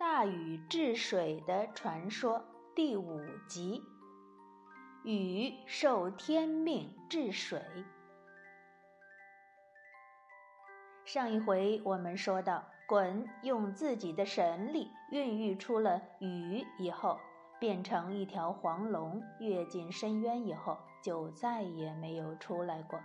大禹治水的传说第5集，禹受天命治水。上一回我们说到，鲧用自己的神力孕育出了禹以后，变成一条黄龙，跃进深渊以后，就再也没有出来过。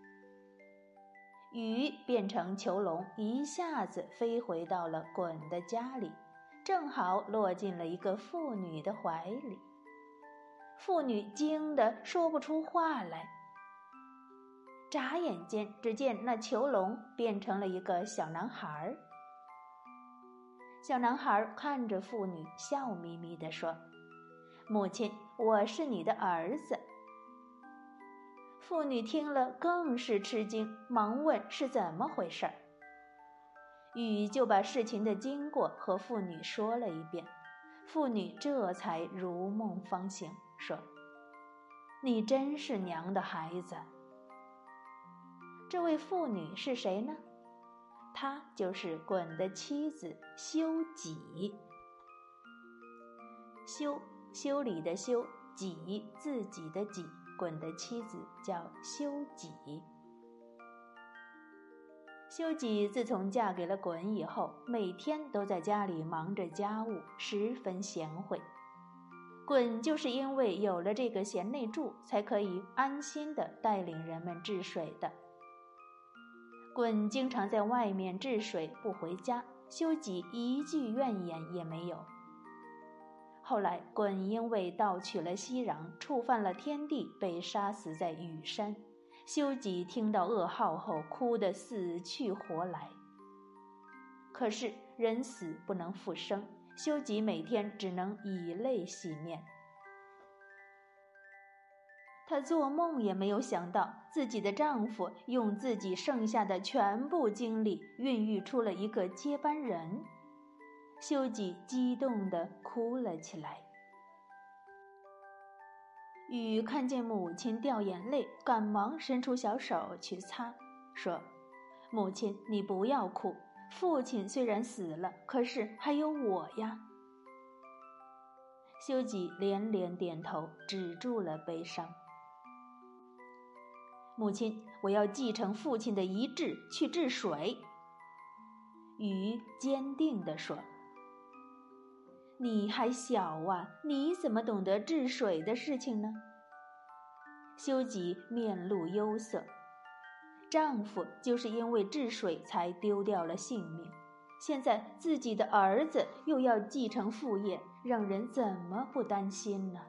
禹变成囚龙，一下子飞回到了鲧的家里，正好落进了一个妇女的怀里。妇女惊得说不出话来，眨眼间，只见那囚龙变成了一个小男孩。小男孩看着妇女，笑眯眯地说：“母亲，我是你的儿子。”妇女听了更是吃惊，忙问是怎么回事。禹就把事情的经过和妇女说了一遍，妇女这才如梦方醒，说：“你真是娘的孩子。”这位妇女是谁呢？她就是鲧的妻子修己。修理的修，己自己的己，鲧的妻子叫修己。修己自从嫁给了鲧以后，每天都在家里忙着家务，十分贤惠。鲧就是因为有了这个贤内助，才可以安心地带领人们治水的。鲧经常在外面治水不回家，修己一句怨言也没有。后来鲧因为盗取了息壤，触犯了天地，被杀死在羽山。修己听到噩耗后，哭得死去活来。可是人死不能复生，修己每天只能以泪洗面。她做梦也没有想到，自己的丈夫用自己剩下的全部精力孕育出了一个接班人。修己激动地哭了起来。禹看见母亲掉眼泪，赶忙伸出小手去擦，说：“母亲，你不要哭，父亲虽然死了，可是还有我呀。”修己连连点头，止住了悲伤。母亲，我要继承父亲的遗志，去治水。禹坚定地说：“你还小啊，你怎么懂得治水的事情呢？”修己面露忧色，丈夫就是因为治水才丢掉了性命，现在自己的儿子又要继承父业，让人怎么不担心呢？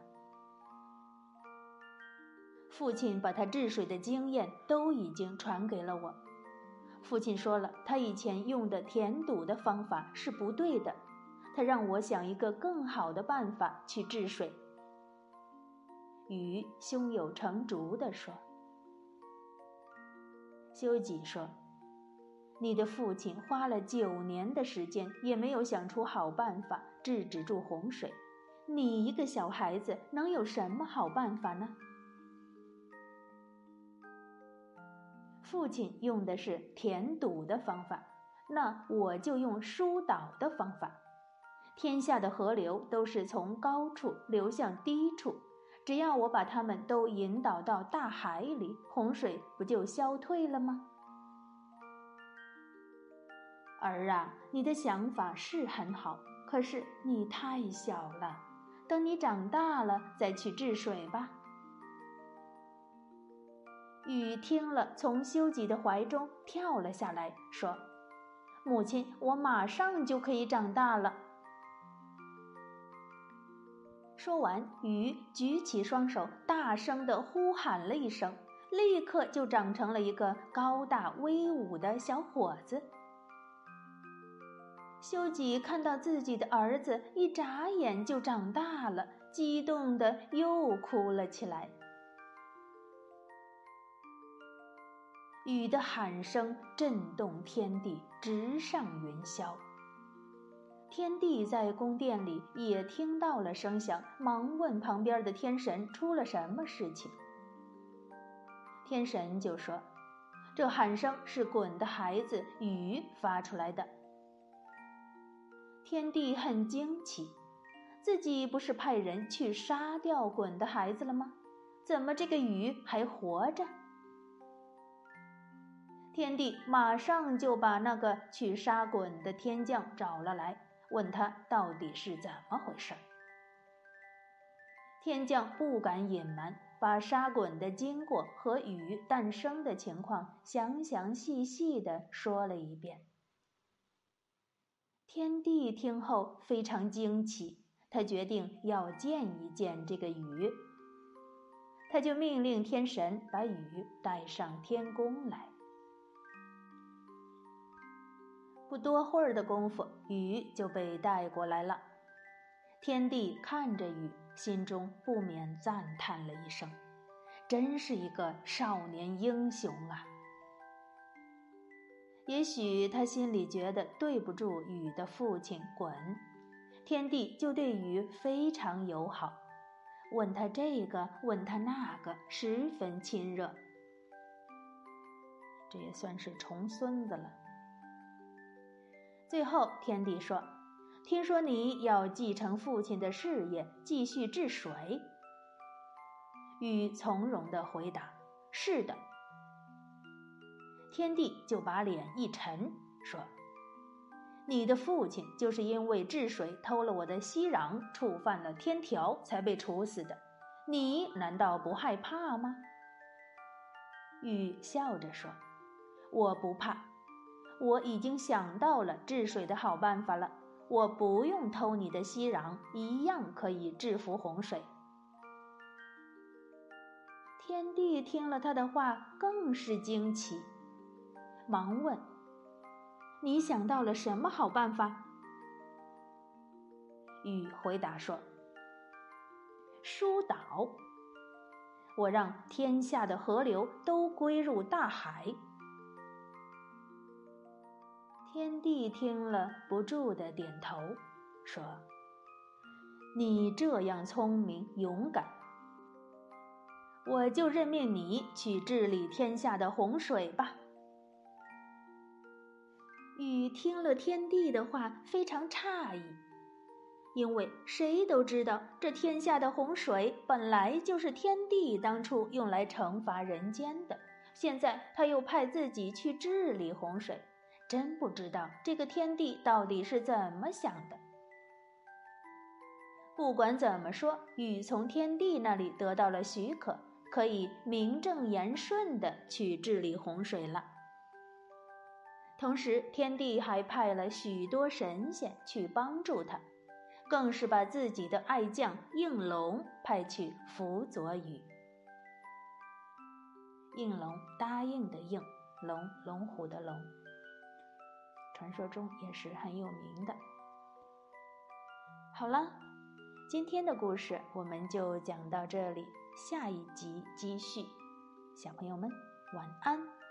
父亲把他治水的经验都已经传给了我。父亲说了，他以前用的填堵的方法是不对的，他让我想一个更好的办法去治水。禹胸有成竹地说。修己说：“你的父亲花了9年的时间，也没有想出好办法制止住洪水，你一个小孩子能有什么好办法呢？”父亲用的是填堵的方法，那我就用疏导的方法。天下的河流都是从高处流向低处，只要我把它们都引导到大海里，洪水不就消退了吗？儿啊，你的想法是很好，可是你太小了，等你长大了再去治水吧。禹听了，从修己的怀中跳了下来，说：“母亲，我马上就可以长大了。”说完，禹举起双手，大声地呼喊了一声，立刻就长成了一个高大威武的小伙子。修己看到自己的儿子一眨眼就长大了，激动地又哭了起来。禹的喊声震动天地，直上云霄。天帝在宫殿里也听到了声响，忙问旁边的天神出了什么事情。天神就说：“这喊声是鲧的孩子禹发出来的。” 天帝很惊奇，自己不是派人去杀掉鲧的孩子了吗？怎么这个禹还活着？天帝马上就把那个去杀鲧的天将找了来，问他到底是怎么回事。天将不敢隐瞒，把杀鲧的经过和禹诞生的情况详详细细地说了一遍。天帝听后非常惊奇，他决定要见一见这个禹。他就命令天神把禹带上天宫来。不多会儿的功夫，禹就被带过来了。天帝看着禹，心中不免赞叹了一声，真是一个少年英雄啊。也许他心里觉得对不住禹的父亲鲧，天帝就对禹非常友好，问他这个问他那个，十分亲热。这也算是重孙子了。最后天帝说，听说你要继承父亲的事业，继续治水。禹从容地回答，是的。天帝就把脸一沉，说，你的父亲就是因为治水偷了我的息壤，触犯了天条，才被处死的，你难道不害怕吗？禹笑着说，我不怕，我已经想到了治水的好办法了，我不用偷你的息壤，一样可以制服洪水。天帝听了他的话，更是惊奇，忙问，你想到了什么好办法？禹回答说，疏导，我让天下的河流都归入大海。天帝听了不住地点头，说，你这样聪明勇敢，我就任命你去治理天下的洪水吧。禹听了天帝的话，非常诧异，因为谁都知道这天下的洪水本来就是天帝当初用来惩罚人间的，现在他又派自己去治理洪水，真不知道这个天帝到底是怎么想的。不管怎么说，禹从天帝那里得到了许可，可以名正言顺地去治理洪水了。同时天帝还派了许多神仙去帮助他，更是把自己的爱将应龙派去辅佐禹。应龙，答应的应，龙，龙虎的龙，传说中也是很有名的。好了，今天的故事我们就讲到这里，下一集继续。小朋友们，晚安。